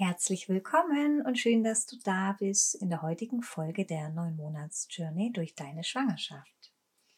Herzlich willkommen und schön, dass du da bist in der heutigen Folge der 9-Monats-Journey durch deine Schwangerschaft.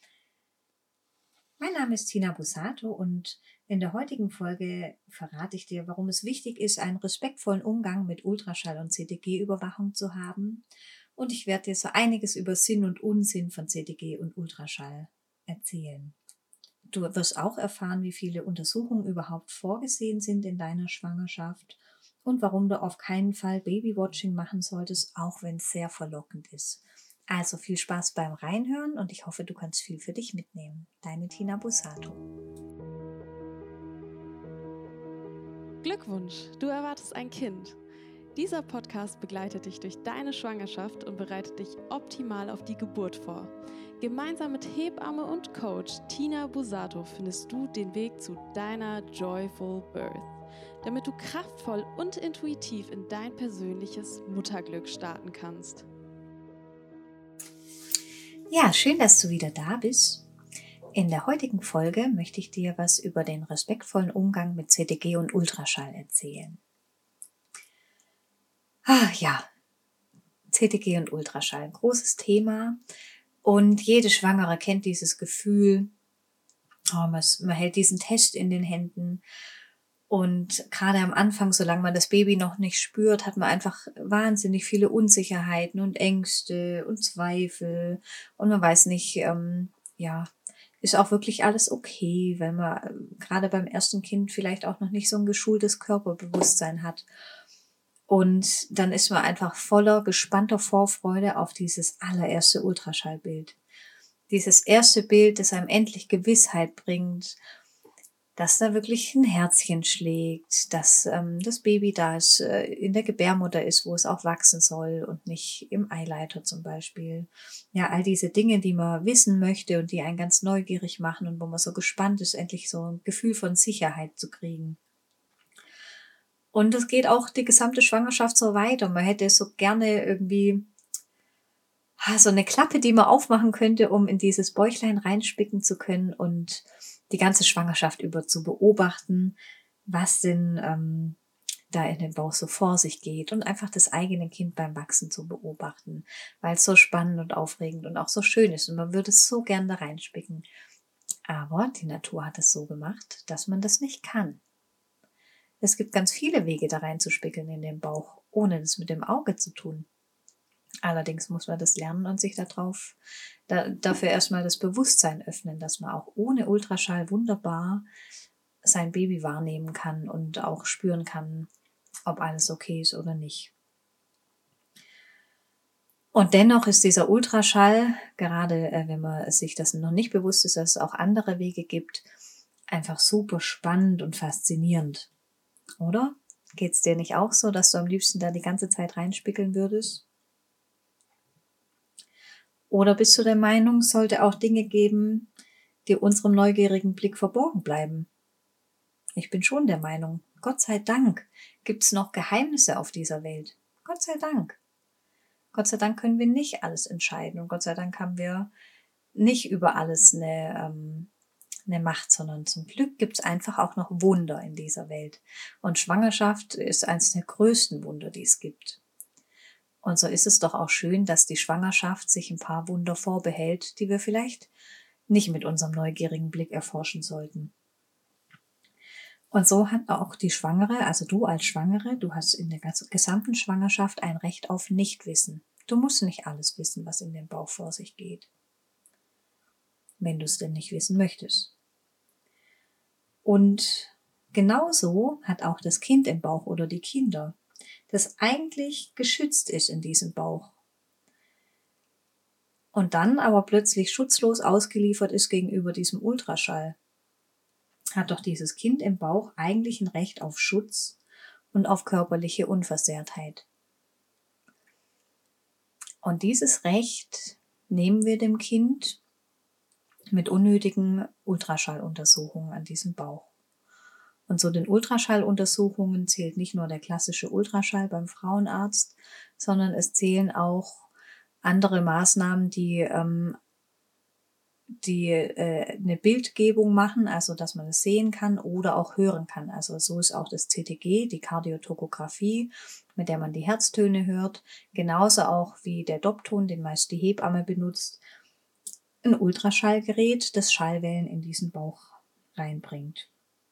Mein Name ist Tina Busato und in der heutigen Folge verrate ich dir, warum es wichtig ist, einen respektvollen Umgang mit Ultraschall- und CTG-Überwachung zu haben. Und ich werde dir so einiges über Sinn und Unsinn von CTG und Ultraschall erzählen. Du wirst auch erfahren, wie viele Untersuchungen überhaupt vorgesehen sind in deiner Schwangerschaft und warum du auf keinen Fall Babywatching machen solltest, auch wenn es sehr verlockend ist. Also viel Spaß beim Reinhören und ich hoffe, du kannst viel für dich mitnehmen. Deine Tina Busato. Glückwunsch, du erwartest ein Kind. Dieser Podcast begleitet dich durch deine Schwangerschaft und bereitet dich optimal auf die Geburt vor. Gemeinsam mit Hebamme und Coach Tina Busato findest du den Weg zu deiner Joyful Birth, damit du kraftvoll und intuitiv in dein persönliches Mutterglück starten kannst. Ja, schön, dass du wieder da bist. In der heutigen Folge möchte ich dir was über den respektvollen Umgang mit CTG und Ultraschall erzählen. Ja, CTG und Ultraschall, ein großes Thema. Und jede Schwangere kennt dieses Gefühl, man hält diesen Test in den Händen und gerade am Anfang, solange man das Baby noch nicht spürt, hat man einfach wahnsinnig viele Unsicherheiten und Ängste und Zweifel und man weiß nicht, ist auch wirklich alles okay, wenn man gerade beim ersten Kind vielleicht auch noch nicht so ein geschultes Körperbewusstsein hat. Und dann ist man einfach voller gespannter Vorfreude auf dieses allererste Ultraschallbild. Dieses erste Bild, das einem endlich Gewissheit bringt, dass da wirklich ein Herzchen schlägt, dass das Baby da ist, in der Gebärmutter ist, wo es auch wachsen soll und nicht im Eileiter zum Beispiel. Ja, all diese Dinge, die man wissen möchte und die einen ganz neugierig machen und wo man so gespannt ist, endlich so ein Gefühl von Sicherheit zu kriegen. Und es geht auch die gesamte Schwangerschaft so weiter. Man hätte so gerne irgendwie so eine Klappe, die man aufmachen könnte, um in dieses Bäuchlein reinspicken zu können und die ganze Schwangerschaft über zu beobachten, was denn da in dem Bauch so vor sich geht und einfach das eigene Kind beim Wachsen zu beobachten, weil es so spannend und aufregend und auch so schön ist und man würde es so gern da reinspicken. Aber die Natur hat es so gemacht, dass man das nicht kann. Es gibt ganz viele Wege, da reinzuspickeln in den Bauch, ohne das mit dem Auge zu tun. Allerdings muss man das lernen und sich dafür erstmal das Bewusstsein öffnen, dass man auch ohne Ultraschall wunderbar sein Baby wahrnehmen kann und auch spüren kann, ob alles okay ist oder nicht. Und dennoch ist dieser Ultraschall, gerade wenn man sich das noch nicht bewusst ist, dass es auch andere Wege gibt, einfach super spannend und faszinierend. Oder? Geht's dir nicht auch so, dass du am liebsten da die ganze Zeit reinspickeln würdest? Oder bist du der Meinung, es sollte auch Dinge geben, die unserem neugierigen Blick verborgen bleiben? Ich bin schon der Meinung, Gott sei Dank gibt's noch Geheimnisse auf dieser Welt. Gott sei Dank. Gott sei Dank können wir nicht alles entscheiden und Gott sei Dank haben wir nicht über alles eine Macht, sondern zum Glück gibt's einfach auch noch Wunder in dieser Welt. Und Schwangerschaft ist eines der größten Wunder, die es gibt. Und so ist es doch auch schön, dass die Schwangerschaft sich ein paar Wunder vorbehält, die wir vielleicht nicht mit unserem neugierigen Blick erforschen sollten. Und so hat auch die Schwangere, also du als Schwangere, du hast in der gesamten Schwangerschaft ein Recht auf Nichtwissen. Du musst nicht alles wissen, was in dem Bauch vor sich geht, wenn du es denn nicht wissen möchtest. Und genauso hat auch das Kind im Bauch oder die Kinder, das eigentlich geschützt ist in diesem Bauch und dann aber plötzlich schutzlos ausgeliefert ist gegenüber diesem Ultraschall, hat doch dieses Kind im Bauch eigentlich ein Recht auf Schutz und auf körperliche Unversehrtheit. Und dieses Recht nehmen wir dem Kind mit unnötigen Ultraschalluntersuchungen an diesem Bauch. Und zu den Ultraschalluntersuchungen zählt nicht nur der klassische Ultraschall beim Frauenarzt, sondern es zählen auch andere Maßnahmen, die eine Bildgebung machen, also dass man es sehen kann oder auch hören kann. Also so ist auch das CTG, die Kardiotokographie, mit der man die Herztöne hört. Genauso auch wie der Doppton, den meist die Hebamme benutzt. Ein Ultraschallgerät, das Schallwellen in diesen Bauch reinbringt.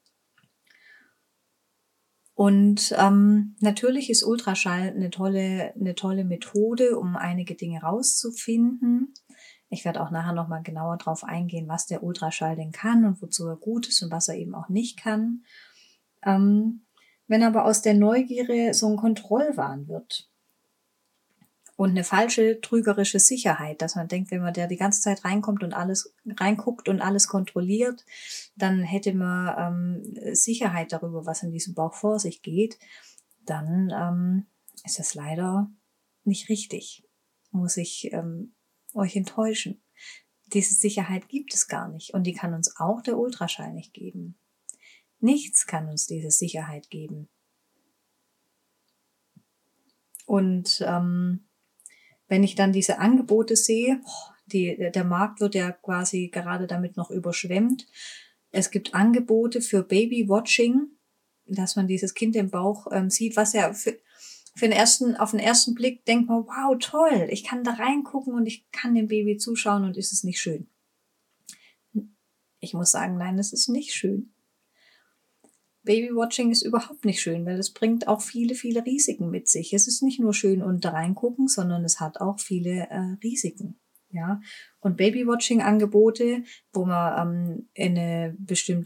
Und natürlich ist Ultraschall eine tolle Methode, um einige Dinge rauszufinden. Ich werde auch nachher nochmal genauer drauf eingehen, was der Ultraschall denn kann und wozu er gut ist und was er eben auch nicht kann. Wenn aber aus der Neugierde so ein Kontrollwahn wird und eine falsche trügerische Sicherheit, dass man denkt, wenn man da die ganze Zeit reinkommt und alles reinguckt und alles kontrolliert, dann hätte man Sicherheit darüber, was in diesem Bauch vor sich geht, dann ist das leider nicht richtig. Muss ich euch enttäuschen. Diese Sicherheit gibt es gar nicht und die kann uns auch der Ultraschall nicht geben. Nichts kann uns diese Sicherheit geben. Und wenn ich dann diese Angebote sehe, der Markt wird ja quasi gerade damit noch überschwemmt. Es gibt Angebote für Baby-Watching, dass man dieses Kind im Bauch sieht, was ja auf den ersten Blick denkt man, wow, toll, ich kann da reingucken und ich kann dem Baby zuschauen und ist es nicht schön? Ich muss sagen, nein, es ist nicht schön. Babywatching ist überhaupt nicht schön, weil es bringt auch viele, viele Risiken mit sich. Es ist nicht nur schön und da reingucken, sondern es hat auch viele Risiken. Ja, und Babywatching-Angebote, wo man in eine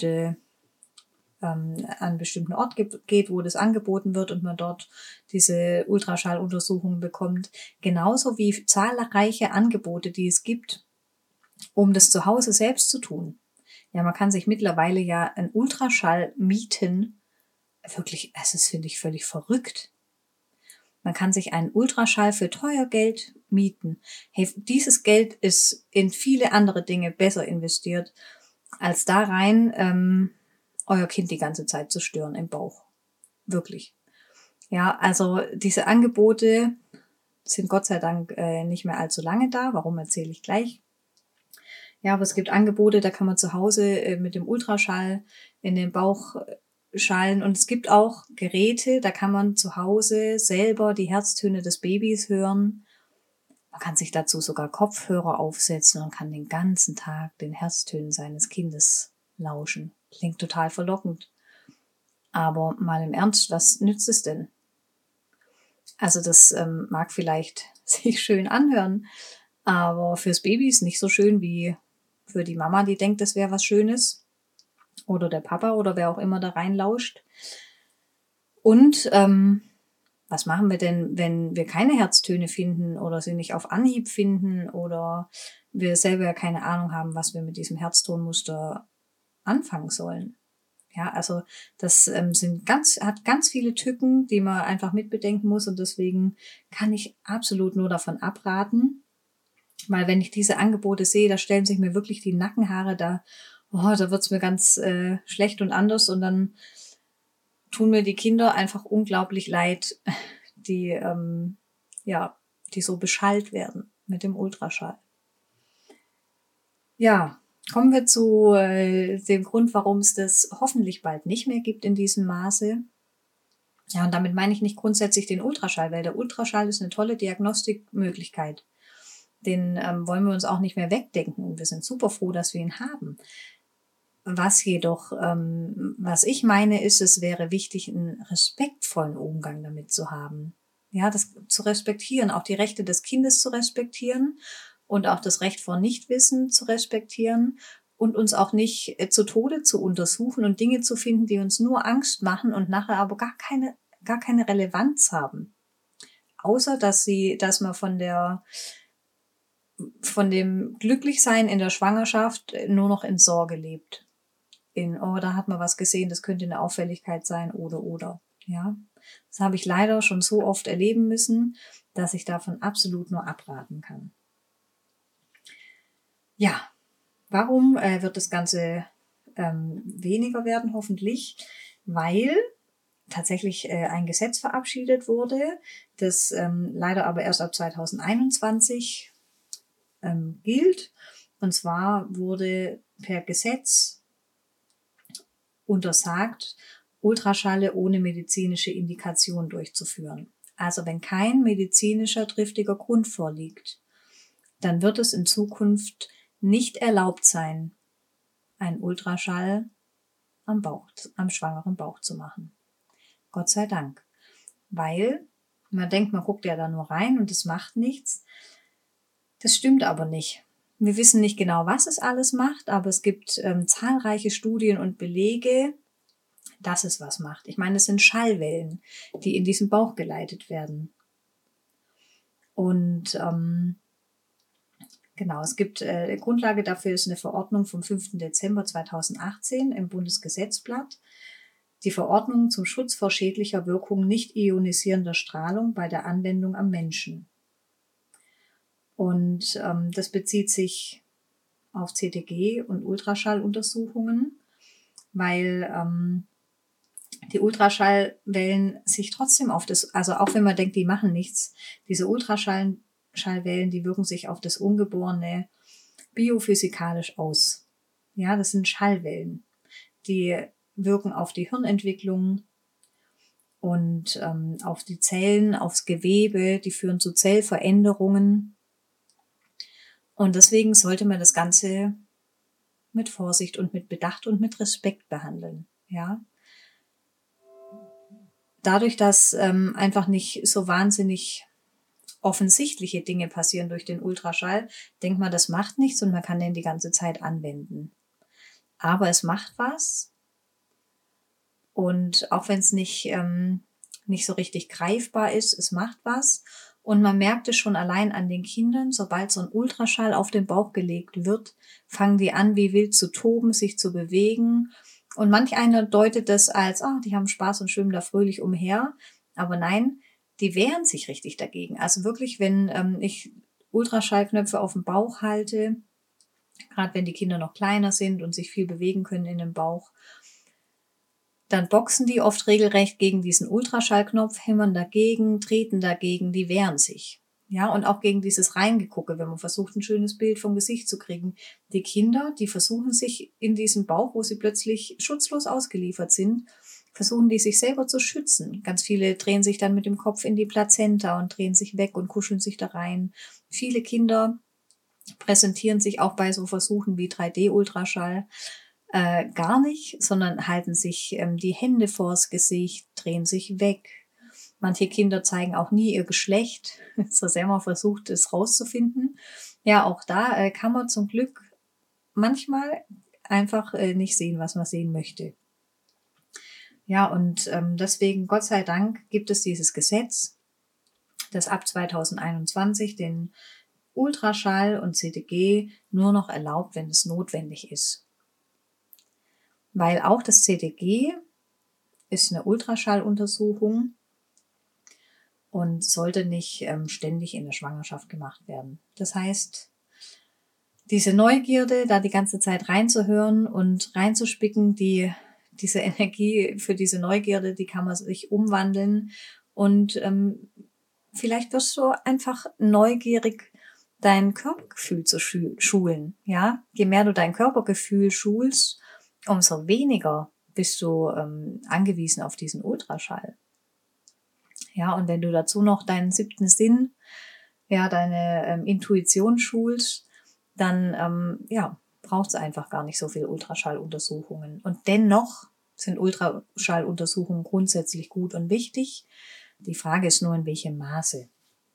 an einen bestimmten Ort geht, wo das angeboten wird und man dort diese Ultraschalluntersuchungen bekommt. Genauso wie zahlreiche Angebote, die es gibt, um das zu Hause selbst zu tun. Ja, man kann sich mittlerweile ja einen Ultraschall mieten. Wirklich, das finde ich völlig verrückt. Man kann sich einen Ultraschall für teuer Geld mieten. Hey, dieses Geld ist in viele andere Dinge besser investiert, als da rein euer Kind die ganze Zeit zu stören im Bauch. Wirklich. Ja, also diese Angebote sind Gott sei Dank nicht mehr allzu lange da. Warum, erzähle ich gleich. Ja, aber es gibt Angebote, da kann man zu Hause mit dem Ultraschall in den Bauch schallen. Und es gibt auch Geräte, da kann man zu Hause selber die Herztöne des Babys hören. Man kann sich dazu sogar Kopfhörer aufsetzen und kann den ganzen Tag den Herztönen seines Kindes lauschen. Klingt total verlockend. Aber mal im Ernst, was nützt es denn? Also das mag vielleicht sich schön anhören, aber fürs Baby ist nicht so schön wie für die Mama, die denkt, das wäre was Schönes. Oder der Papa oder wer auch immer da reinlauscht. Und was machen wir denn, wenn wir keine Herztöne finden oder sie nicht auf Anhieb finden oder wir selber keine Ahnung haben, was wir mit diesem Herztonmuster anfangen sollen? Ja, also das hat ganz viele Tücken, die man einfach mitbedenken muss und deswegen kann ich absolut nur davon abraten, weil wenn ich diese Angebote sehe, da stellen sich mir wirklich die Nackenhaare da wird's mir ganz schlecht und anders und dann tun mir die Kinder einfach unglaublich leid, die so beschallt werden mit dem Ultraschall. Ja, kommen wir zu dem Grund, warum es das hoffentlich bald nicht mehr gibt in diesem Maße. Ja, und damit meine ich nicht grundsätzlich den Ultraschall, weil der Ultraschall ist eine tolle Diagnostikmöglichkeit. Den wollen wir uns auch nicht mehr wegdenken und wir sind super froh, dass wir ihn haben. Was jedoch, was ich meine, ist, es wäre wichtig, einen respektvollen Umgang damit zu haben. Ja, das zu respektieren, auch die Rechte des Kindes zu respektieren und auch das Recht vor Nichtwissen zu respektieren und uns auch nicht zu Tode zu untersuchen und Dinge zu finden, die uns nur Angst machen und nachher aber gar keine Relevanz haben. Außer, dass man von dem Glücklichsein in der Schwangerschaft nur noch in Sorge lebt. Da hat man was gesehen, das könnte eine Auffälligkeit sein oder. Ja, das habe ich leider schon so oft erleben müssen, dass ich davon absolut nur abraten kann. Ja, warum wird das Ganze weniger werden, hoffentlich? Weil tatsächlich ein Gesetz verabschiedet wurde, das leider aber erst ab 2021 gilt. Und zwar wurde per Gesetz untersagt, Ultraschalle ohne medizinische Indikation durchzuführen. Also wenn kein medizinischer triftiger Grund vorliegt, dann wird es in Zukunft nicht erlaubt sein, einen Ultraschall am schwangeren Bauch zu machen. Gott sei Dank. Weil man denkt, man guckt ja da nur rein und es macht nichts. Das stimmt aber nicht. Wir wissen nicht genau, was es alles macht, aber es gibt zahlreiche Studien und Belege, dass es was macht. Ich meine, es sind Schallwellen, die in diesem Bauch geleitet werden. Und genau, es gibt Grundlage dafür ist eine Verordnung vom 5. Dezember 2018 im Bundesgesetzblatt. Die Verordnung zum Schutz vor schädlicher Wirkung nicht ionisierender Strahlung bei der Anwendung am Menschen. Und das bezieht sich auf CTG und Ultraschalluntersuchungen, weil die Ultraschallwellen sich trotzdem auf das, also auch wenn man denkt, die machen nichts, diese Ultraschallwellen, die wirken sich auf das Ungeborene biophysikalisch aus. Ja, das sind Schallwellen, die wirken auf die Hirnentwicklung und auf die Zellen, aufs Gewebe, die führen zu Zellveränderungen. Und deswegen sollte man das Ganze mit Vorsicht und mit Bedacht und mit Respekt behandeln. Ja. Dadurch, dass einfach nicht so wahnsinnig offensichtliche Dinge passieren durch den Ultraschall, denkt man, das macht nichts und man kann den die ganze Zeit anwenden. Aber es macht was. Und auch wenn es nicht so richtig greifbar ist, es macht was. Und man merkt es schon allein an den Kindern, sobald so ein Ultraschall auf den Bauch gelegt wird, fangen die an, wie wild zu toben, sich zu bewegen. Und manch einer deutet das als, die haben Spaß und schwimmen da fröhlich umher. Aber nein, die wehren sich richtig dagegen. Also wirklich, wenn ich Ultraschallknöpfe auf dem Bauch halte, gerade wenn die Kinder noch kleiner sind und sich viel bewegen können in dem Bauch, dann boxen die oft regelrecht gegen diesen Ultraschallknopf, hämmern dagegen, treten dagegen, die wehren sich. Ja, und auch gegen dieses Reingegucke, wenn man versucht, ein schönes Bild vom Gesicht zu kriegen. Die Kinder, die versuchen sich in diesem Bauch, wo sie plötzlich schutzlos ausgeliefert sind, versuchen die sich selber zu schützen. Ganz viele drehen sich dann mit dem Kopf in die Plazenta und drehen sich weg und kuscheln sich da rein. Viele Kinder präsentieren sich auch bei so Versuchen wie 3D-Ultraschall gar nicht, sondern halten sich die Hände vors Gesicht, drehen sich weg. Manche Kinder zeigen auch nie ihr Geschlecht, so sehr man versucht, es rauszufinden. Ja, auch da kann man zum Glück manchmal einfach nicht sehen, was man sehen möchte. Ja, und deswegen, Gott sei Dank, gibt es dieses Gesetz, das ab 2021 den Ultraschall und CTG nur noch erlaubt, wenn es notwendig ist. Weil auch das CTG ist eine Ultraschalluntersuchung und sollte nicht ständig in der Schwangerschaft gemacht werden. Das heißt, diese Neugierde, da die ganze Zeit reinzuhören und reinzuspicken, diese Energie für diese Neugierde, die kann man sich umwandeln und vielleicht wirst du einfach neugierig, dein Körpergefühl zu schulen. Ja, je mehr du dein Körpergefühl schulst, umso weniger bist du angewiesen auf diesen Ultraschall. Ja, und wenn du dazu noch deinen 7. Sinn, ja, deine Intuition schulst, dann braucht es einfach gar nicht so viel Ultraschalluntersuchungen. Und dennoch sind Ultraschalluntersuchungen grundsätzlich gut und wichtig. Die Frage ist nur, in welchem Maße.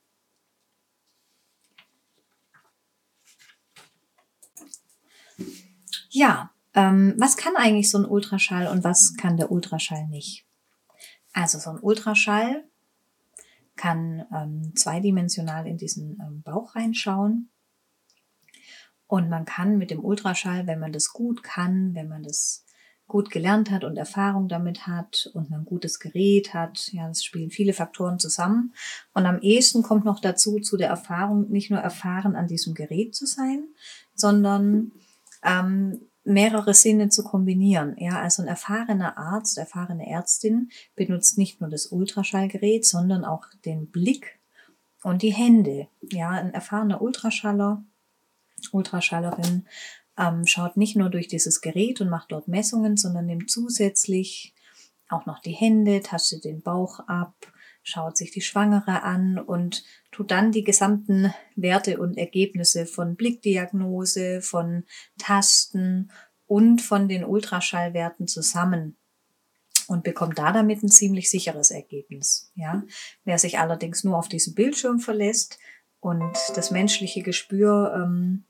Ja, was kann eigentlich so ein Ultraschall und was kann der Ultraschall nicht? Also so ein Ultraschall kann zweidimensional in diesen Bauch reinschauen. Und man kann mit dem Ultraschall, wenn man das gut kann, wenn man das gut gelernt hat und Erfahrung damit hat und man ein gutes Gerät hat, ja, das spielen viele Faktoren zusammen. Und am ehesten kommt noch dazu, zu der Erfahrung, nicht nur erfahren an diesem Gerät zu sein, sondern mehrere Sinne zu kombinieren. Ja, also ein erfahrener Arzt, erfahrene Ärztin benutzt nicht nur das Ultraschallgerät, sondern auch den Blick und die Hände. Ja, ein erfahrener Ultraschaller Ultraschallerin schaut nicht nur durch dieses Gerät und macht dort Messungen, sondern nimmt zusätzlich auch noch die Hände, tastet den Bauch ab, schaut sich die Schwangere an und tut dann die gesamten Werte und Ergebnisse von Blickdiagnose, von Tasten und von den Ultraschallwerten zusammen und bekommt damit ein ziemlich sicheres Ergebnis. Ja? Wer sich allerdings nur auf diesen Bildschirm verlässt und das menschliche Gespür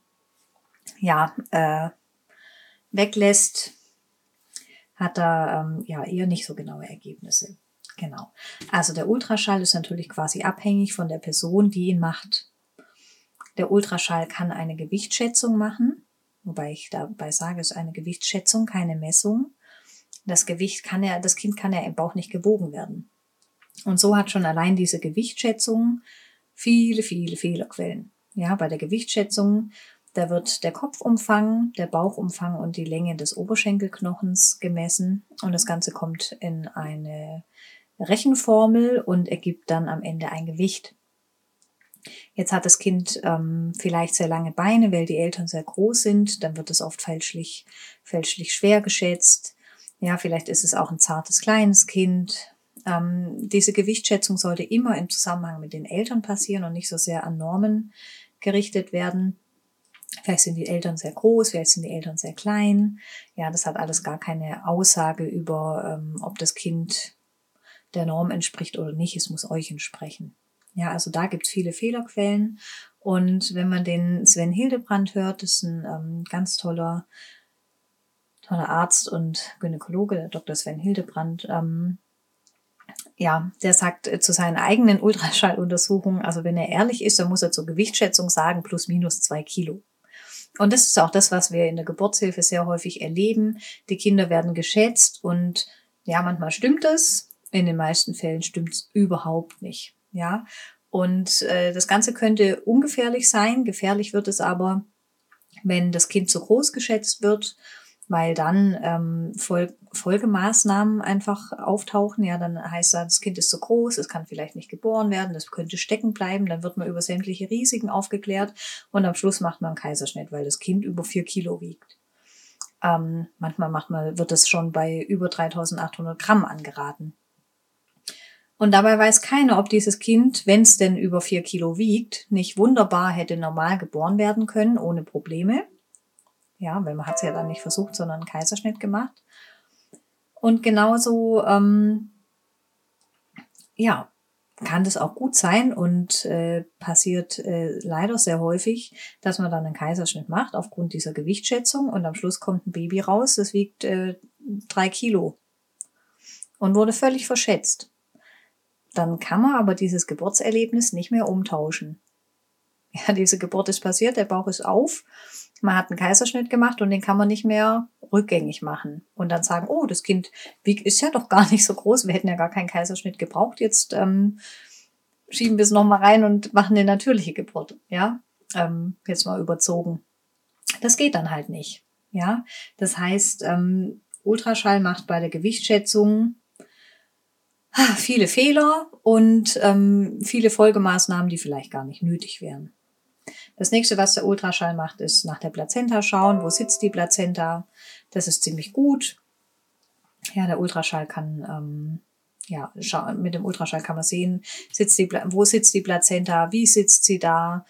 weglässt, hat da eher nicht so genaue Ergebnisse. Genau. Also der Ultraschall ist natürlich quasi abhängig von der Person, die ihn macht. Der Ultraschall kann eine Gewichtsschätzung machen, wobei ich dabei sage, es ist eine Gewichtsschätzung, keine Messung. Das Kind kann ja im Bauch nicht gewogen werden. Und so hat schon allein diese Gewichtsschätzung viele, viele Fehlerquellen. Ja, bei der Gewichtsschätzung, da wird der Kopfumfang, der Bauchumfang und die Länge des Oberschenkelknochens gemessen und das Ganze kommt in eine Rechenformel und ergibt dann am Ende ein Gewicht. Jetzt hat das Kind vielleicht sehr lange Beine, weil die Eltern sehr groß sind, dann wird es oft fälschlich schwer geschätzt. Ja, vielleicht ist es auch ein zartes kleines Kind. Diese Gewichtsschätzung sollte immer im Zusammenhang mit den Eltern passieren und nicht so sehr an Normen gerichtet werden. Vielleicht sind die Eltern sehr groß, vielleicht sind die Eltern sehr klein. Ja, das hat alles gar keine Aussage über, ob das Kind der Norm entspricht oder nicht. Es muss euch entsprechen. Ja, also da gibt's viele Fehlerquellen. Und wenn man den Sven Hildebrand hört, das ist ein ganz toller Arzt und Gynäkologe, der Dr. Sven Hildebrand, der sagt zu seinen eigenen Ultraschalluntersuchungen, also wenn er ehrlich ist, dann muss er zur Gewichtsschätzung sagen, plus minus 2 Kilo. Und das ist auch das, was wir in der Geburtshilfe sehr häufig erleben. Die Kinder werden geschätzt und ja, manchmal stimmt es, in den meisten Fällen stimmt es überhaupt nicht. Ja, und das Ganze könnte ungefährlich sein. Gefährlich wird es aber, wenn das Kind zu groß geschätzt wird, weil dann Folgemaßnahmen einfach auftauchen. Ja, dann heißt das Kind ist zu groß, es kann vielleicht nicht geboren werden, das könnte stecken bleiben. Dann wird man über sämtliche Risiken aufgeklärt und am Schluss macht man einen Kaiserschnitt, weil das Kind über 4 Kilo wiegt. Manchmal wird es schon bei über 3.800 Gramm angeraten. Und dabei weiß keiner, ob dieses Kind, wenn es denn über 4 Kilo wiegt, nicht wunderbar hätte normal geboren werden können, ohne Probleme. Ja, weil man hat es ja dann nicht versucht, sondern einen Kaiserschnitt gemacht. Und genauso, kann das auch gut sein und passiert leider sehr häufig, dass man dann einen Kaiserschnitt macht aufgrund dieser Gewichtsschätzung und am Schluss kommt ein Baby raus, das wiegt 3 Kilo und wurde völlig verschätzt. Dann kann man aber dieses Geburtserlebnis nicht mehr umtauschen. Ja, diese Geburt ist passiert, der Bauch ist auf, man hat einen Kaiserschnitt gemacht und den kann man nicht mehr rückgängig machen. Und dann sagen, oh, das Kind ist ja doch gar nicht so groß, wir hätten ja gar keinen Kaiserschnitt gebraucht, jetzt schieben wir es nochmal rein und machen eine natürliche Geburt. Ja, jetzt mal überzogen. Das geht dann halt nicht. Ja, das heißt, Ultraschall macht bei der Gewichtsschätzung viele Fehler und viele Folgemaßnahmen, die vielleicht gar nicht nötig wären. Das nächste, was der Ultraschall macht, ist nach der Plazenta schauen. Wo sitzt die Plazenta? Das ist ziemlich gut. Ja, der Ultraschall kann, mit dem Ultraschall kann man sehen, wo sitzt die Plazenta, wie sitzt sie da,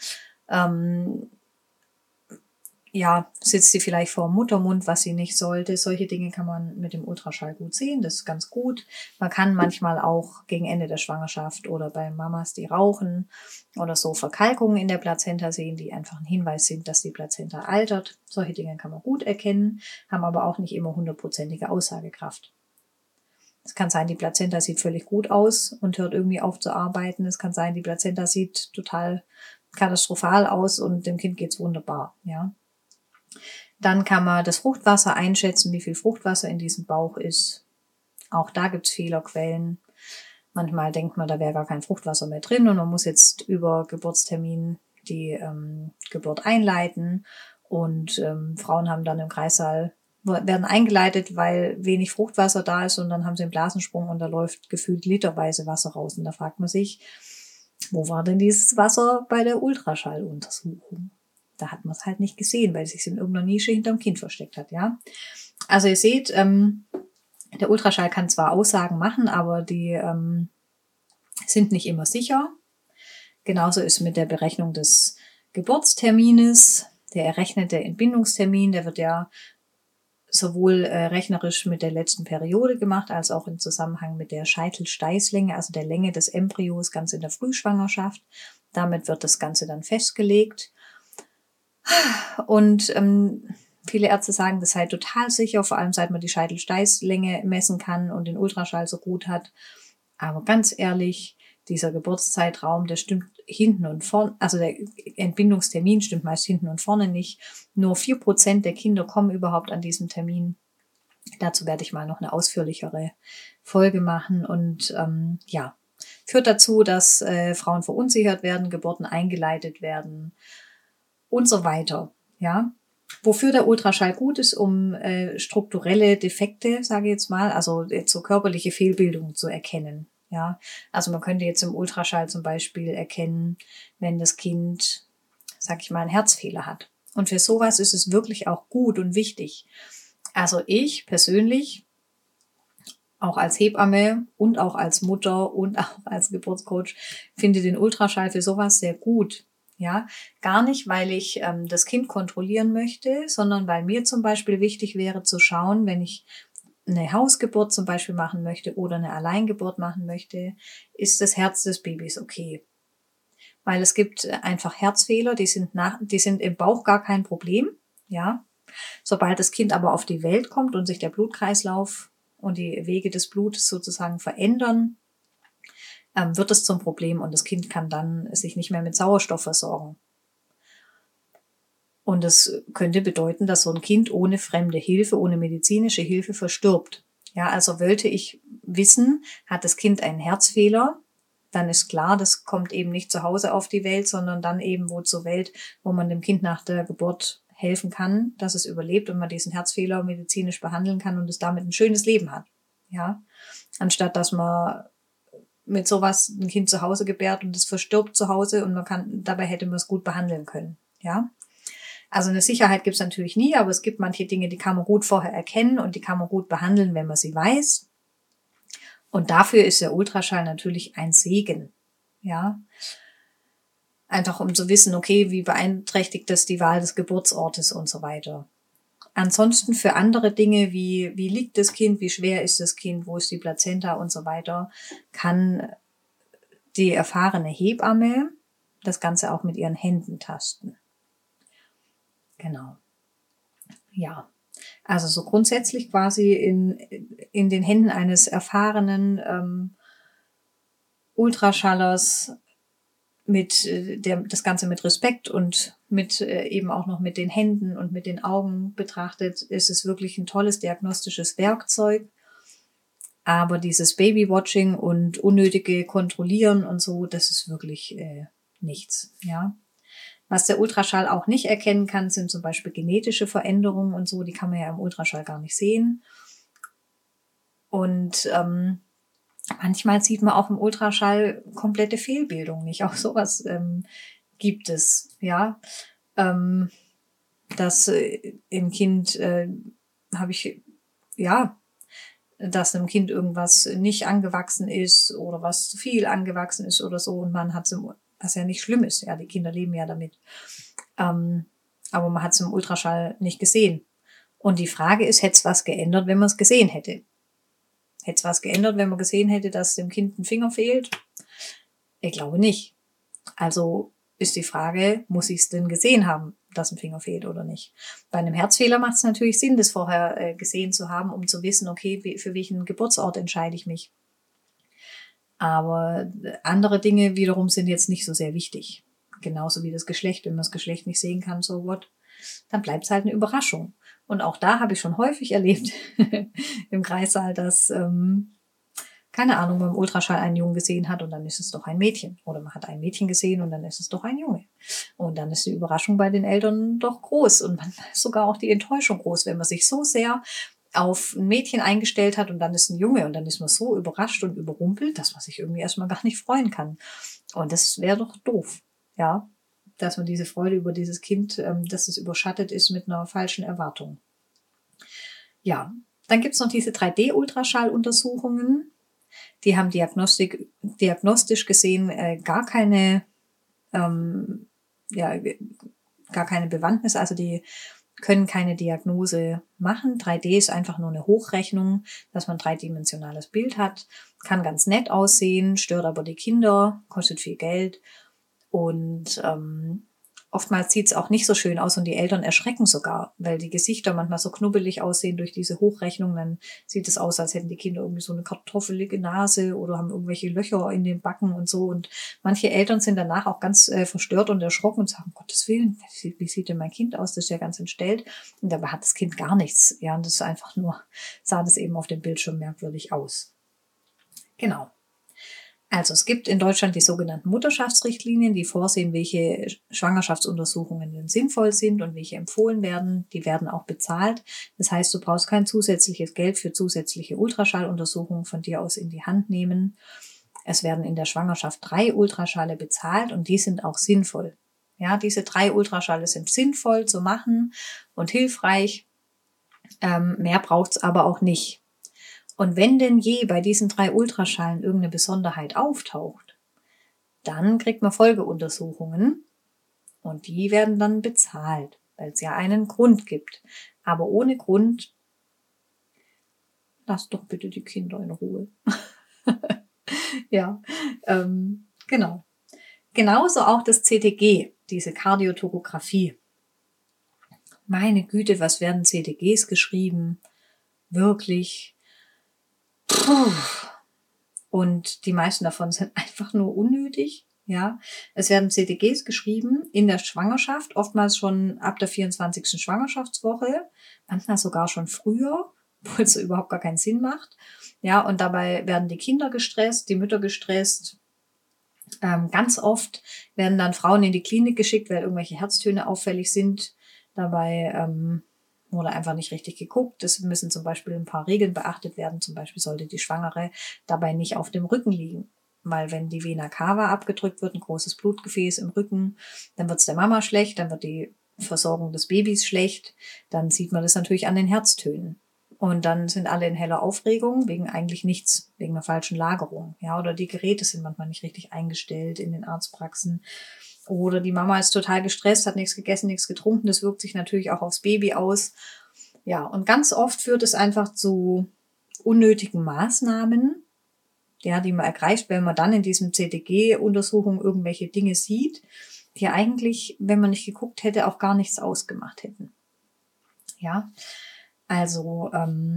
sitzt sie vielleicht vor dem Muttermund, was sie nicht sollte. Solche Dinge kann man mit dem Ultraschall gut sehen, das ist ganz gut. Man kann manchmal auch gegen Ende der Schwangerschaft oder bei Mamas, die rauchen oder so, Verkalkungen in der Plazenta sehen, die einfach ein Hinweis sind, dass die Plazenta altert. Solche Dinge kann man gut erkennen, haben aber auch nicht immer 100%ige Aussagekraft. Es kann sein, die Plazenta sieht völlig gut aus und hört irgendwie auf zu arbeiten. Es kann sein, die Plazenta sieht total katastrophal aus und dem Kind geht's wunderbar, ja. Dann kann man das Fruchtwasser einschätzen, wie viel Fruchtwasser in diesem Bauch ist. Auch da gibt's Fehlerquellen. Manchmal denkt man, da wäre gar kein Fruchtwasser mehr drin und man muss jetzt über Geburtstermin die Geburt einleiten. Und Frauen haben dann im Kreissaal, werden eingeleitet, weil wenig Fruchtwasser da ist und dann haben sie einen Blasensprung und da läuft gefühlt literweise Wasser raus. Und da fragt man sich, wo war denn dieses Wasser bei der Ultraschalluntersuchung? Da hat man es halt nicht gesehen, weil es sich in irgendeiner Nische hinterm Kind versteckt hat, ja. Also ihr seht, der Ultraschall kann zwar Aussagen machen, aber die sind nicht immer sicher. Genauso ist mit der Berechnung des Geburtstermines, der errechnete Entbindungstermin, der wird ja sowohl rechnerisch mit der letzten Periode gemacht, als auch im Zusammenhang mit der Scheitelsteißlänge, also der Länge des Embryos ganz in der Frühschwangerschaft. Damit wird das Ganze dann festgelegt. Und viele Ärzte sagen, das sei total sicher, vor allem seit man die Scheitelsteißlänge messen kann und den Ultraschall so gut hat. Aber ganz ehrlich, dieser Geburtszeitraum, der stimmt hinten und vorne, also der Entbindungstermin stimmt meist hinten und vorne nicht. Nur 4% der Kinder kommen überhaupt an diesem Termin. Dazu werde ich mal noch eine ausführlichere Folge machen und führt dazu, dass Frauen verunsichert werden, Geburten eingeleitet werden und so weiter. Ja, wofür der Ultraschall gut ist, um strukturelle Defekte, sage ich jetzt mal, also jetzt so körperliche Fehlbildungen zu erkennen. Ja, also man könnte jetzt im Ultraschall zum Beispiel erkennen, wenn das Kind, sag ich mal, einen Herzfehler hat. Und für sowas ist es wirklich auch gut und wichtig. Also ich persönlich, auch als Hebamme und auch als Mutter und auch als Geburtscoach, finde den Ultraschall für sowas sehr gut. Ja, gar nicht, weil ich das Kind kontrollieren möchte, sondern weil mir zum Beispiel wichtig wäre zu schauen, wenn ich eine Hausgeburt zum Beispiel machen möchte oder eine Alleingeburt machen möchte, ist das Herz des Babys okay. Weil es gibt einfach Herzfehler, die sind im Bauch gar kein Problem, ja. Sobald das Kind aber auf die Welt kommt und sich der Blutkreislauf und die Wege des Blutes sozusagen verändern, wird es zum Problem und das Kind kann dann sich nicht mehr mit Sauerstoff versorgen. Und das könnte bedeuten, dass so ein Kind ohne fremde Hilfe, ohne medizinische Hilfe verstirbt. Ja, also wollte ich wissen, hat das Kind einen Herzfehler, dann ist klar, das kommt eben nicht zu Hause auf die Welt, sondern dann eben wo zur Welt, wo man dem Kind nach der Geburt helfen kann, dass es überlebt und man diesen Herzfehler medizinisch behandeln kann und es damit ein schönes Leben hat. Ja, anstatt dass man mit sowas ein Kind zu Hause gebärt und es verstirbt zu Hause und dabei hätte man es gut behandeln können. Ja. Also eine Sicherheit gibt es natürlich nie, aber es gibt manche Dinge, die kann man gut vorher erkennen und die kann man gut behandeln, wenn man sie weiß. Und dafür ist der Ultraschall natürlich ein Segen. Ja, einfach um zu wissen, okay, wie beeinträchtigt das die Wahl des Geburtsortes und so weiter. Ansonsten für andere Dinge, wie liegt das Kind, wie schwer ist das Kind, wo ist die Plazenta und so weiter, kann die erfahrene Hebamme das Ganze auch mit ihren Händen tasten. Genau. Ja, also so grundsätzlich quasi in den Händen eines erfahrenen Ultraschallers das Ganze mit Respekt und mit eben auch noch mit den Händen und mit den Augen betrachtet, ist es wirklich ein tolles diagnostisches Werkzeug. Aber dieses Babywatching und unnötige Kontrollieren und so, das ist wirklich nichts, ja. Was der Ultraschall auch nicht erkennen kann, sind zum Beispiel genetische Veränderungen und so. Die kann man ja im Ultraschall gar nicht sehen. Und manchmal sieht man auch im Ultraschall komplette Fehlbildung nicht. Auch sowas gibt es, ja. Dass im Kind dass einem Kind irgendwas nicht angewachsen ist oder was zu viel angewachsen ist oder so und man hat es, was ja nicht schlimm ist, ja, die Kinder leben ja damit. Aber man hat es im Ultraschall nicht gesehen. Und die Frage ist, hätte es was geändert, wenn man es gesehen hätte? Hätte es was geändert, wenn man gesehen hätte, dass dem Kind ein Finger fehlt? Ich glaube nicht. Also ist die Frage, muss ich es denn gesehen haben, dass ein Finger fehlt oder nicht? Bei einem Herzfehler macht es natürlich Sinn, das vorher gesehen zu haben, um zu wissen, okay, für welchen Geburtsort entscheide ich mich. Aber andere Dinge wiederum sind jetzt nicht so sehr wichtig. Genauso wie das Geschlecht. Wenn man das Geschlecht nicht sehen kann, so what, dann bleibt es halt eine Überraschung. Und auch da habe ich schon häufig erlebt im Kreissaal, dass, keine Ahnung, beim Ultraschall einen Jungen gesehen hat und dann ist es doch ein Mädchen. Oder man hat ein Mädchen gesehen und dann ist es doch ein Junge. Und dann ist die Überraschung bei den Eltern doch groß und manchmal ist sogar auch die Enttäuschung groß, wenn man sich so sehr auf ein Mädchen eingestellt hat und dann ist ein Junge und dann ist man so überrascht und überrumpelt, dass man sich irgendwie erstmal gar nicht freuen kann. Und das wäre doch doof, ja. dass man diese Freude über dieses Kind, dass es überschattet ist mit einer falschen Erwartung. Ja, dann gibt's noch diese 3D-Ultraschalluntersuchungen. Die haben diagnostisch gesehen gar keine Bewandtnis, also die können keine Diagnose machen. 3D ist einfach nur eine Hochrechnung, dass man ein dreidimensionales Bild hat. Kann ganz nett aussehen, stört aber die Kinder, kostet viel Geld. Und oftmals sieht es auch nicht so schön aus und die Eltern erschrecken sogar, weil die Gesichter manchmal so knubbelig aussehen durch diese Hochrechnung. Dann sieht es aus, als hätten die Kinder irgendwie so eine kartoffelige Nase oder haben irgendwelche Löcher in den Backen und so. Und manche Eltern sind danach auch ganz verstört und erschrocken und sagen, um Gottes Willen, wie sieht denn mein Kind aus? Das ist ja ganz entstellt. Und dabei hat das Kind gar nichts. Ja, und das ist einfach nur, sah das eben auf dem Bildschirm merkwürdig aus. Genau. Also es gibt in Deutschland die sogenannten Mutterschaftsrichtlinien, die vorsehen, welche Schwangerschaftsuntersuchungen denn sinnvoll sind und welche empfohlen werden. Die werden auch bezahlt. Das heißt, du brauchst kein zusätzliches Geld für zusätzliche Ultraschalluntersuchungen von dir aus in die Hand nehmen. Es werden in der Schwangerschaft 3 Ultraschalle bezahlt und die sind auch sinnvoll. Ja, diese 3 Ultraschalle sind sinnvoll zu machen und hilfreich. Mehr braucht's aber auch nicht. Und wenn denn je bei diesen 3 Ultraschallen irgendeine Besonderheit auftaucht, dann kriegt man Folgeuntersuchungen und die werden dann bezahlt, weil es ja einen Grund gibt. Aber ohne Grund, lasst doch bitte die Kinder in Ruhe. Ja, genau. Genauso auch das CTG, diese Kardiotokographie. Meine Güte, was werden CTGs geschrieben? Wirklich. Puh. Und die meisten davon sind einfach nur unnötig. Ja, es werden CTGs geschrieben in der Schwangerschaft, oftmals schon ab der 24. Schwangerschaftswoche, manchmal sogar schon früher, obwohl es überhaupt gar keinen Sinn macht. Ja, und dabei werden die Kinder gestresst, die Mütter gestresst. Ganz oft werden dann Frauen in die Klinik geschickt, weil irgendwelche Herztöne auffällig sind. Dabei wurde einfach nicht richtig geguckt. Es müssen zum Beispiel ein paar Regeln beachtet werden. Zum Beispiel sollte die Schwangere dabei nicht auf dem Rücken liegen. Weil wenn die Vena cava abgedrückt wird, ein großes Blutgefäß im Rücken, dann wird es der Mama schlecht, dann wird die Versorgung des Babys schlecht. Dann sieht man das natürlich an den Herztönen. Und dann sind alle in heller Aufregung, wegen eigentlich nichts, wegen einer falschen Lagerung. Ja, oder die Geräte sind manchmal nicht richtig eingestellt in den Arztpraxen. Oder die Mama ist total gestresst, hat nichts gegessen, nichts getrunken. Das wirkt sich natürlich auch aufs Baby aus. Ja, und ganz oft führt es einfach zu unnötigen Maßnahmen, ja, die man ergreift, wenn man dann in diesem CTG-Untersuchung irgendwelche Dinge sieht, die eigentlich, wenn man nicht geguckt hätte, auch gar nichts ausgemacht hätten. Ja, also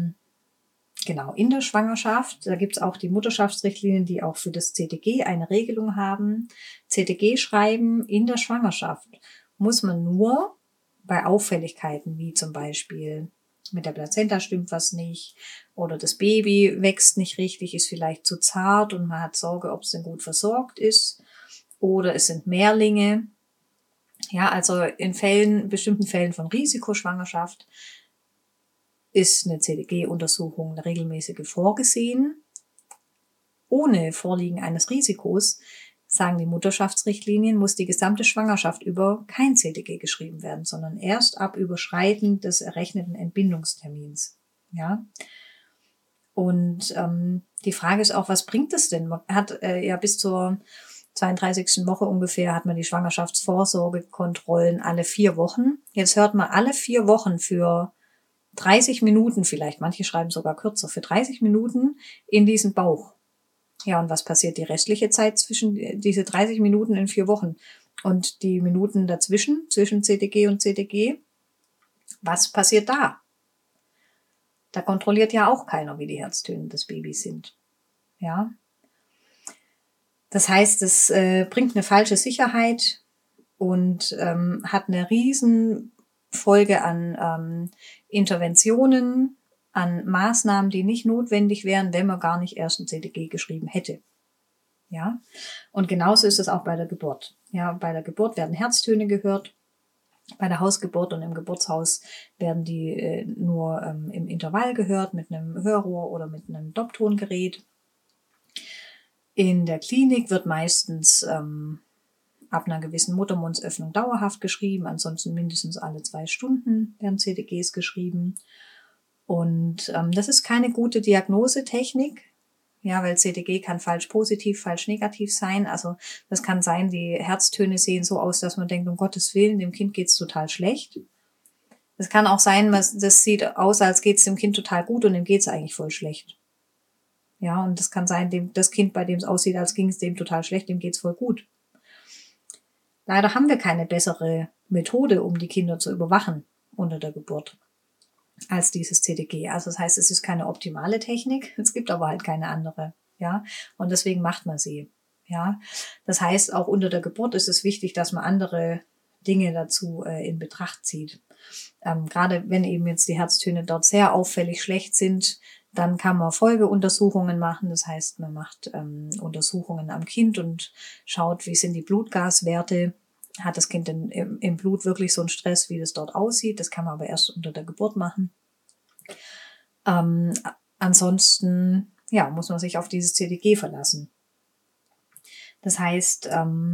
genau, in der Schwangerschaft, da gibt's auch die Mutterschaftsrichtlinien, die auch für das CTG eine Regelung haben. CTG schreiben in der Schwangerschaft muss man nur bei Auffälligkeiten, wie zum Beispiel mit der Plazenta stimmt was nicht oder das Baby wächst nicht richtig, ist vielleicht zu zart und man hat Sorge, ob es denn gut versorgt ist oder es sind Mehrlinge. Ja, also in bestimmten Fällen von Risikoschwangerschaft ist eine CTG-Untersuchung, eine regelmäßige vorgesehen. Ohne Vorliegen eines Risikos, sagen die Mutterschaftsrichtlinien, muss die gesamte Schwangerschaft über kein CTG geschrieben werden, sondern erst ab Überschreiten des errechneten Entbindungstermins. Ja. Und die Frage ist auch, was bringt es denn? Man hat ja bis zur 32. Woche ungefähr hat man die Schwangerschaftsvorsorgekontrollen alle 4 Wochen. Jetzt hört man alle 4 Wochen für 30 Minuten vielleicht, manche schreiben sogar kürzer, für 30 Minuten in diesen Bauch. Ja, und was passiert die restliche Zeit zwischen diese 30 Minuten in 4 Wochen und die Minuten dazwischen, zwischen CTG und CTG? Was passiert da? Da kontrolliert ja auch keiner, wie die Herztöne des Babys sind. Ja. Das heißt, es bringt eine falsche Sicherheit und hat eine riesen Folge an Interventionen, an Maßnahmen, die nicht notwendig wären, wenn man gar nicht erst ein CTG geschrieben hätte. Ja, und genauso ist es auch bei der Geburt. Ja, bei der Geburt werden Herztöne gehört. Bei der Hausgeburt und im Geburtshaus werden die nur im Intervall gehört mit einem Hörrohr oder mit einem Dopptongerät. In der Klinik wird meistens ab einer gewissen Muttermundsöffnung dauerhaft geschrieben, ansonsten mindestens alle 2 Stunden werden CTGs geschrieben. Und das ist keine gute Diagnosetechnik, ja, weil CTG kann falsch positiv, falsch negativ sein. Also das kann sein, die Herztöne sehen so aus, dass man denkt, um Gottes Willen, dem Kind geht's total schlecht. Es kann auch sein, das sieht aus, als geht's dem Kind total gut und dem geht's eigentlich voll schlecht. Ja, und das kann sein, das Kind, bei dem es aussieht, als ging es dem total schlecht, dem geht's voll gut. Leider haben wir keine bessere Methode, um die Kinder zu überwachen unter der Geburt, als dieses CTG. Also das heißt, es ist keine optimale Technik, es gibt aber halt keine andere, ja, und deswegen macht man sie, ja. Das heißt, auch unter der Geburt ist es wichtig, dass man andere Dinge dazu in Betracht zieht. Gerade wenn eben jetzt die Herztöne dort sehr auffällig schlecht sind, dann kann man Folgeuntersuchungen machen. Das heißt, man macht Untersuchungen am Kind und schaut, wie sind die Blutgaswerte. Hat das Kind denn im Blut wirklich so einen Stress, wie das dort aussieht? Das kann man aber erst unter der Geburt machen. Ansonsten ja, muss man sich auf dieses CTG verlassen. Das heißt,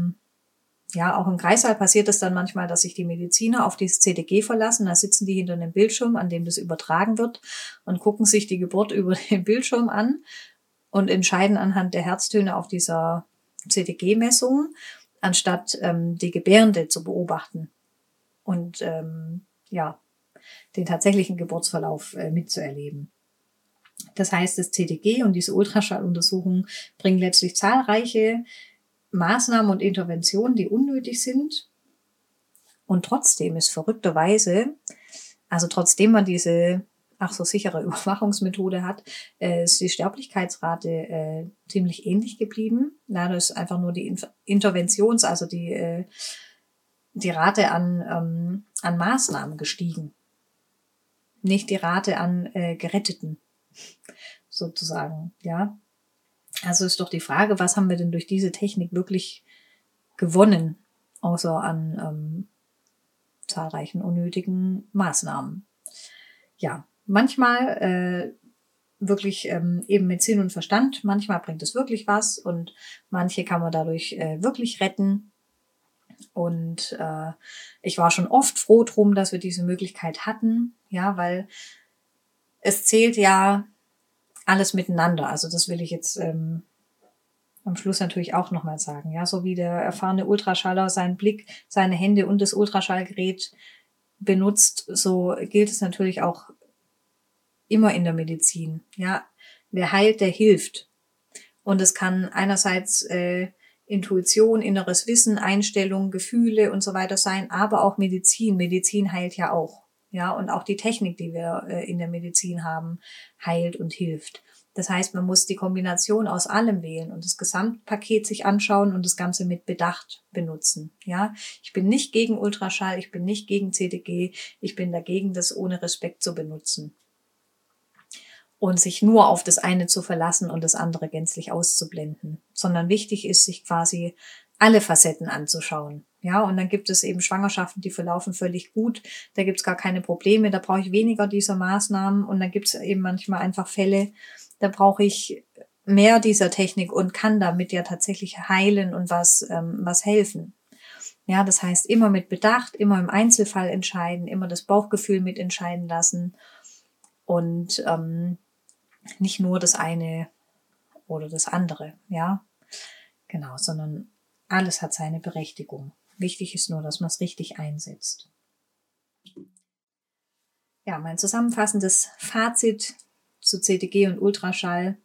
ja, auch im Kreissaal passiert es dann manchmal, dass sich die Mediziner auf dieses CTG verlassen. Da sitzen die hinter einem Bildschirm, an dem das übertragen wird und gucken sich die Geburt über den Bildschirm an und entscheiden anhand der Herztöne auf dieser CTG-Messung, anstatt die Gebärende zu beobachten und ja, den tatsächlichen Geburtsverlauf mitzuerleben. Das heißt, das CTG und diese Ultraschalluntersuchungen bringen letztlich zahlreiche Maßnahmen und Interventionen, die unnötig sind. Und trotzdem ist verrückterweise, also trotzdem man diese so sichere Überwachungsmethode hat, ist die Sterblichkeitsrate ziemlich ähnlich geblieben. Leider ist einfach nur die Interventions-, also die Rate an Maßnahmen gestiegen. Nicht die Rate an Geretteten, sozusagen, ja. Also ist doch die Frage, was haben wir denn durch diese Technik wirklich gewonnen, außer an zahlreichen unnötigen Maßnahmen. Ja, manchmal wirklich eben mit Sinn und Verstand, manchmal bringt es wirklich was und manche kann man dadurch wirklich retten. Und ich war schon oft froh drum, dass wir diese Möglichkeit hatten, ja, weil es zählt ja alles miteinander. Also das will ich jetzt am Schluss natürlich auch nochmal sagen. Ja, so wie der erfahrene Ultraschaller seinen Blick, seine Hände und das Ultraschallgerät benutzt, so gilt es natürlich auch immer in der Medizin. Ja, wer heilt, der hilft. Und es kann einerseits Intuition, inneres Wissen, Einstellung, Gefühle und so weiter sein, aber auch Medizin. Medizin heilt ja auch. Ja, und auch die Technik, die wir in der Medizin haben, heilt und hilft. Das heißt, man muss die Kombination aus allem wählen und das Gesamtpaket sich anschauen und das Ganze mit Bedacht benutzen. Ja, ich bin nicht gegen Ultraschall, ich bin nicht gegen CTG, ich bin dagegen, das ohne Respekt zu benutzen. Und sich nur auf das eine zu verlassen und das andere gänzlich auszublenden. Sondern wichtig ist, sich quasi alle Facetten anzuschauen. Ja, und dann gibt es eben Schwangerschaften, die verlaufen völlig gut. Da gibt es gar keine Probleme, da brauche ich weniger dieser Maßnahmen. Und dann gibt es eben manchmal einfach Fälle, da brauche ich mehr dieser Technik und kann damit ja tatsächlich heilen und was helfen. Ja, das heißt, immer mit Bedacht, immer im Einzelfall entscheiden, immer das Bauchgefühl mitentscheiden lassen und nicht nur das eine oder das andere, ja, genau, sondern alles hat seine Berechtigung. Wichtig ist nur, dass man es richtig einsetzt. Ja, mein zusammenfassendes Fazit zu CTG und Ultraschall.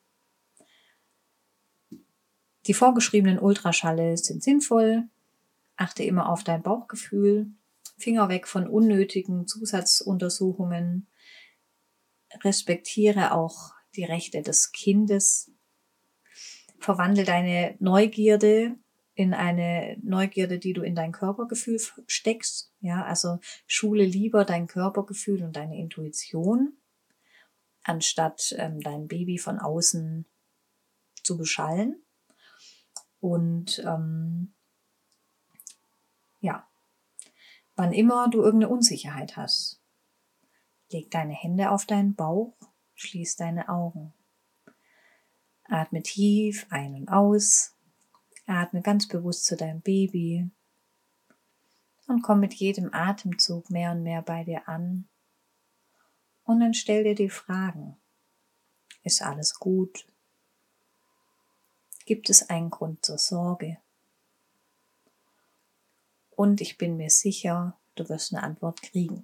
Die vorgeschriebenen Ultraschalle sind sinnvoll. Achte immer auf dein Bauchgefühl. Finger weg von unnötigen Zusatzuntersuchungen. Respektiere auch die Rechte des Kindes. Verwandle deine Neugierde in eine Neugierde, die du in dein Körpergefühl steckst. Ja, also schule lieber dein Körpergefühl und deine Intuition, anstatt dein Baby von außen zu beschallen. Und ja, wann immer du irgendeine Unsicherheit hast, leg deine Hände auf deinen Bauch, schließ deine Augen. Atme tief ein und aus. Atme ganz bewusst zu deinem Baby Und komm mit jedem Atemzug mehr und mehr bei dir an. Und dann stell dir die Fragen. Ist alles gut? Gibt es einen Grund zur Sorge? Und ich bin mir sicher, du wirst eine Antwort kriegen.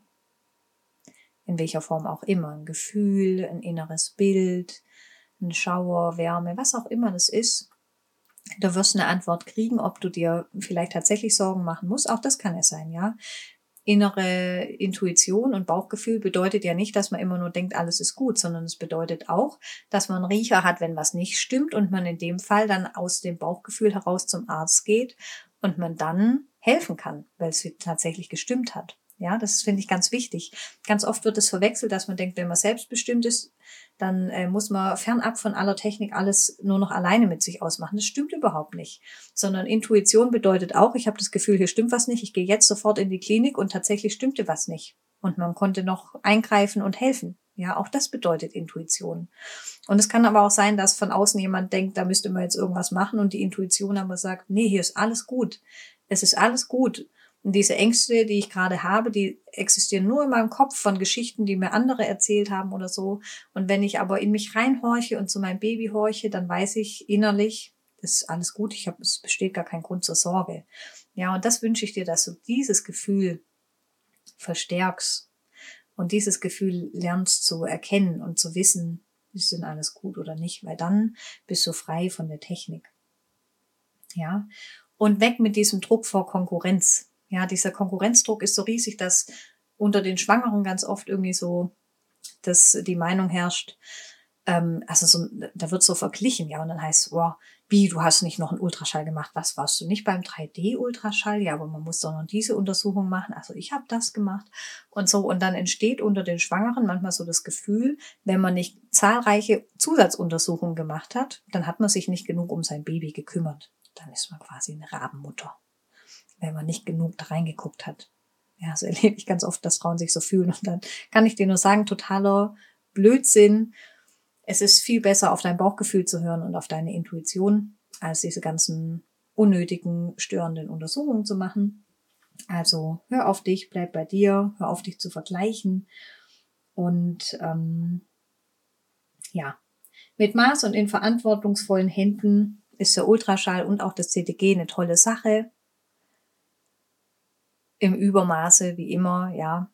In welcher Form auch immer. Ein Gefühl, ein inneres Bild, ein Schauer, Wärme, was auch immer das ist. Du wirst eine Antwort kriegen, ob du dir vielleicht tatsächlich Sorgen machen musst. Auch das kann es sein, ja. Innere Intuition und Bauchgefühl bedeutet ja nicht, dass man immer nur denkt, alles ist gut, sondern es bedeutet auch, dass man einen Riecher hat, wenn was nicht stimmt und man in dem Fall dann aus dem Bauchgefühl heraus zum Arzt geht und man dann helfen kann, weil es tatsächlich gestimmt hat. Ja, das finde ich ganz wichtig. Ganz oft wird es verwechselt, dass man denkt, wenn man selbstbestimmt ist, dann muss man fernab von aller Technik alles nur noch alleine mit sich ausmachen. Das stimmt überhaupt nicht. Sondern Intuition bedeutet auch, ich habe das Gefühl, hier stimmt was nicht, ich gehe jetzt sofort in die Klinik und tatsächlich stimmte was nicht. Und man konnte noch eingreifen und helfen. Ja, auch das bedeutet Intuition. Und es kann aber auch sein, dass von außen jemand denkt, da müsste man jetzt irgendwas machen und die Intuition aber sagt, nee, hier ist alles gut. Es ist alles gut. Und diese Ängste, die ich gerade habe, die existieren nur in meinem Kopf von Geschichten, die mir andere erzählt haben oder so. Und wenn ich aber in mich reinhorche und zu meinem Baby horche, dann weiß ich innerlich, das ist alles gut, es besteht gar kein Grund zur Sorge. Ja, und das wünsche ich dir, dass du dieses Gefühl verstärkst und dieses Gefühl lernst zu erkennen und zu wissen, ist denn alles gut oder nicht, weil dann bist du frei von der Technik. Ja, und weg mit diesem Druck vor Konkurrenz. Ja, dieser Konkurrenzdruck ist so riesig, dass unter den Schwangeren ganz oft irgendwie so, dass die Meinung herrscht, da wird so verglichen, ja, und dann heißt es, oh, wie, du hast nicht noch einen Ultraschall gemacht, was, warst du nicht beim 3D-Ultraschall? Ja, aber man muss doch noch diese Untersuchung machen, also ich habe das gemacht und so, und dann entsteht unter den Schwangeren manchmal so das Gefühl, wenn man nicht zahlreiche Zusatzuntersuchungen gemacht hat, dann hat man sich nicht genug um sein Baby gekümmert. Dann ist man quasi eine Rabenmutter, wenn man nicht genug da reingeguckt hat. Ja, so erlebe ich ganz oft, dass Frauen sich so fühlen. Und dann kann ich dir nur sagen, totaler Blödsinn. Es ist viel besser, auf dein Bauchgefühl zu hören und auf deine Intuition, als diese ganzen unnötigen, störenden Untersuchungen zu machen. Also hör auf dich, bleib bei dir, hör auf dich zu vergleichen. Und mit Maß und in verantwortungsvollen Händen ist der Ultraschall und auch das CTG eine tolle Sache. Im Übermaße, wie immer, ja.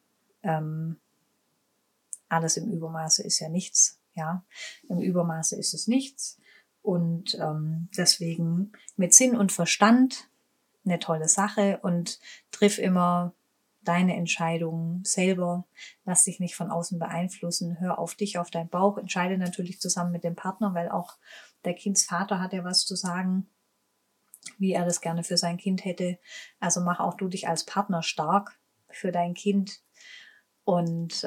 Alles im Übermaße ist ja nichts, ja. Im Übermaße ist es nichts. Und deswegen mit Sinn und Verstand eine tolle Sache und triff immer deine Entscheidungen selber. Lass dich nicht von außen beeinflussen. Hör auf dich, auf deinen Bauch. Entscheide natürlich zusammen mit dem Partner, weil auch der Kindsvater hat ja was zu sagen, wie er das gerne für sein Kind hätte. Also mach auch du dich als Partner stark für dein Kind. Und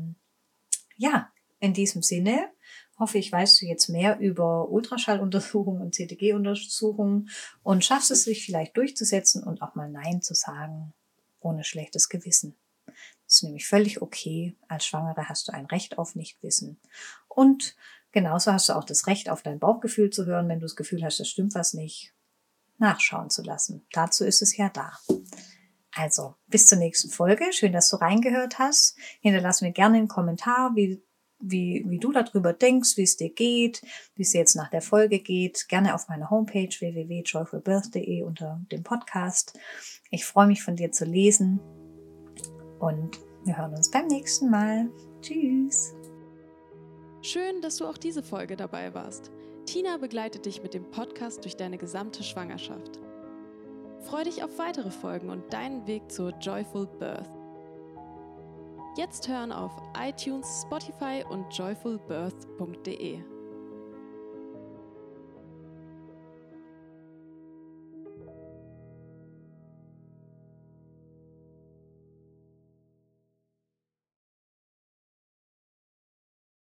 in diesem Sinne hoffe ich, weißt du jetzt mehr über Ultraschalluntersuchungen und CTG-Untersuchungen und schaffst es, sich vielleicht durchzusetzen und auch mal Nein zu sagen, ohne schlechtes Gewissen. Das ist nämlich völlig okay. Als Schwangere hast du ein Recht auf Nichtwissen. Und genauso hast du auch das Recht, auf dein Bauchgefühl zu hören, wenn du das Gefühl hast, es stimmt was nicht, nachschauen zu lassen. Dazu ist es ja da. Also, bis zur nächsten Folge. Schön, dass du reingehört hast. Hinterlass mir gerne einen Kommentar, wie du darüber denkst, wie es dir geht, wie es dir jetzt nach der Folge geht. Gerne auf meiner Homepage www.joyfulbirth.de unter dem Podcast. Ich freue mich, von dir zu lesen. Und wir hören uns beim nächsten Mal. Tschüss. Schön, dass du auch diese Folge dabei warst. Tina begleitet dich mit dem Podcast durch deine gesamte Schwangerschaft. Freu dich auf weitere Folgen und deinen Weg zur Joyful Birth. Jetzt hören auf iTunes, Spotify und joyfulbirth.de.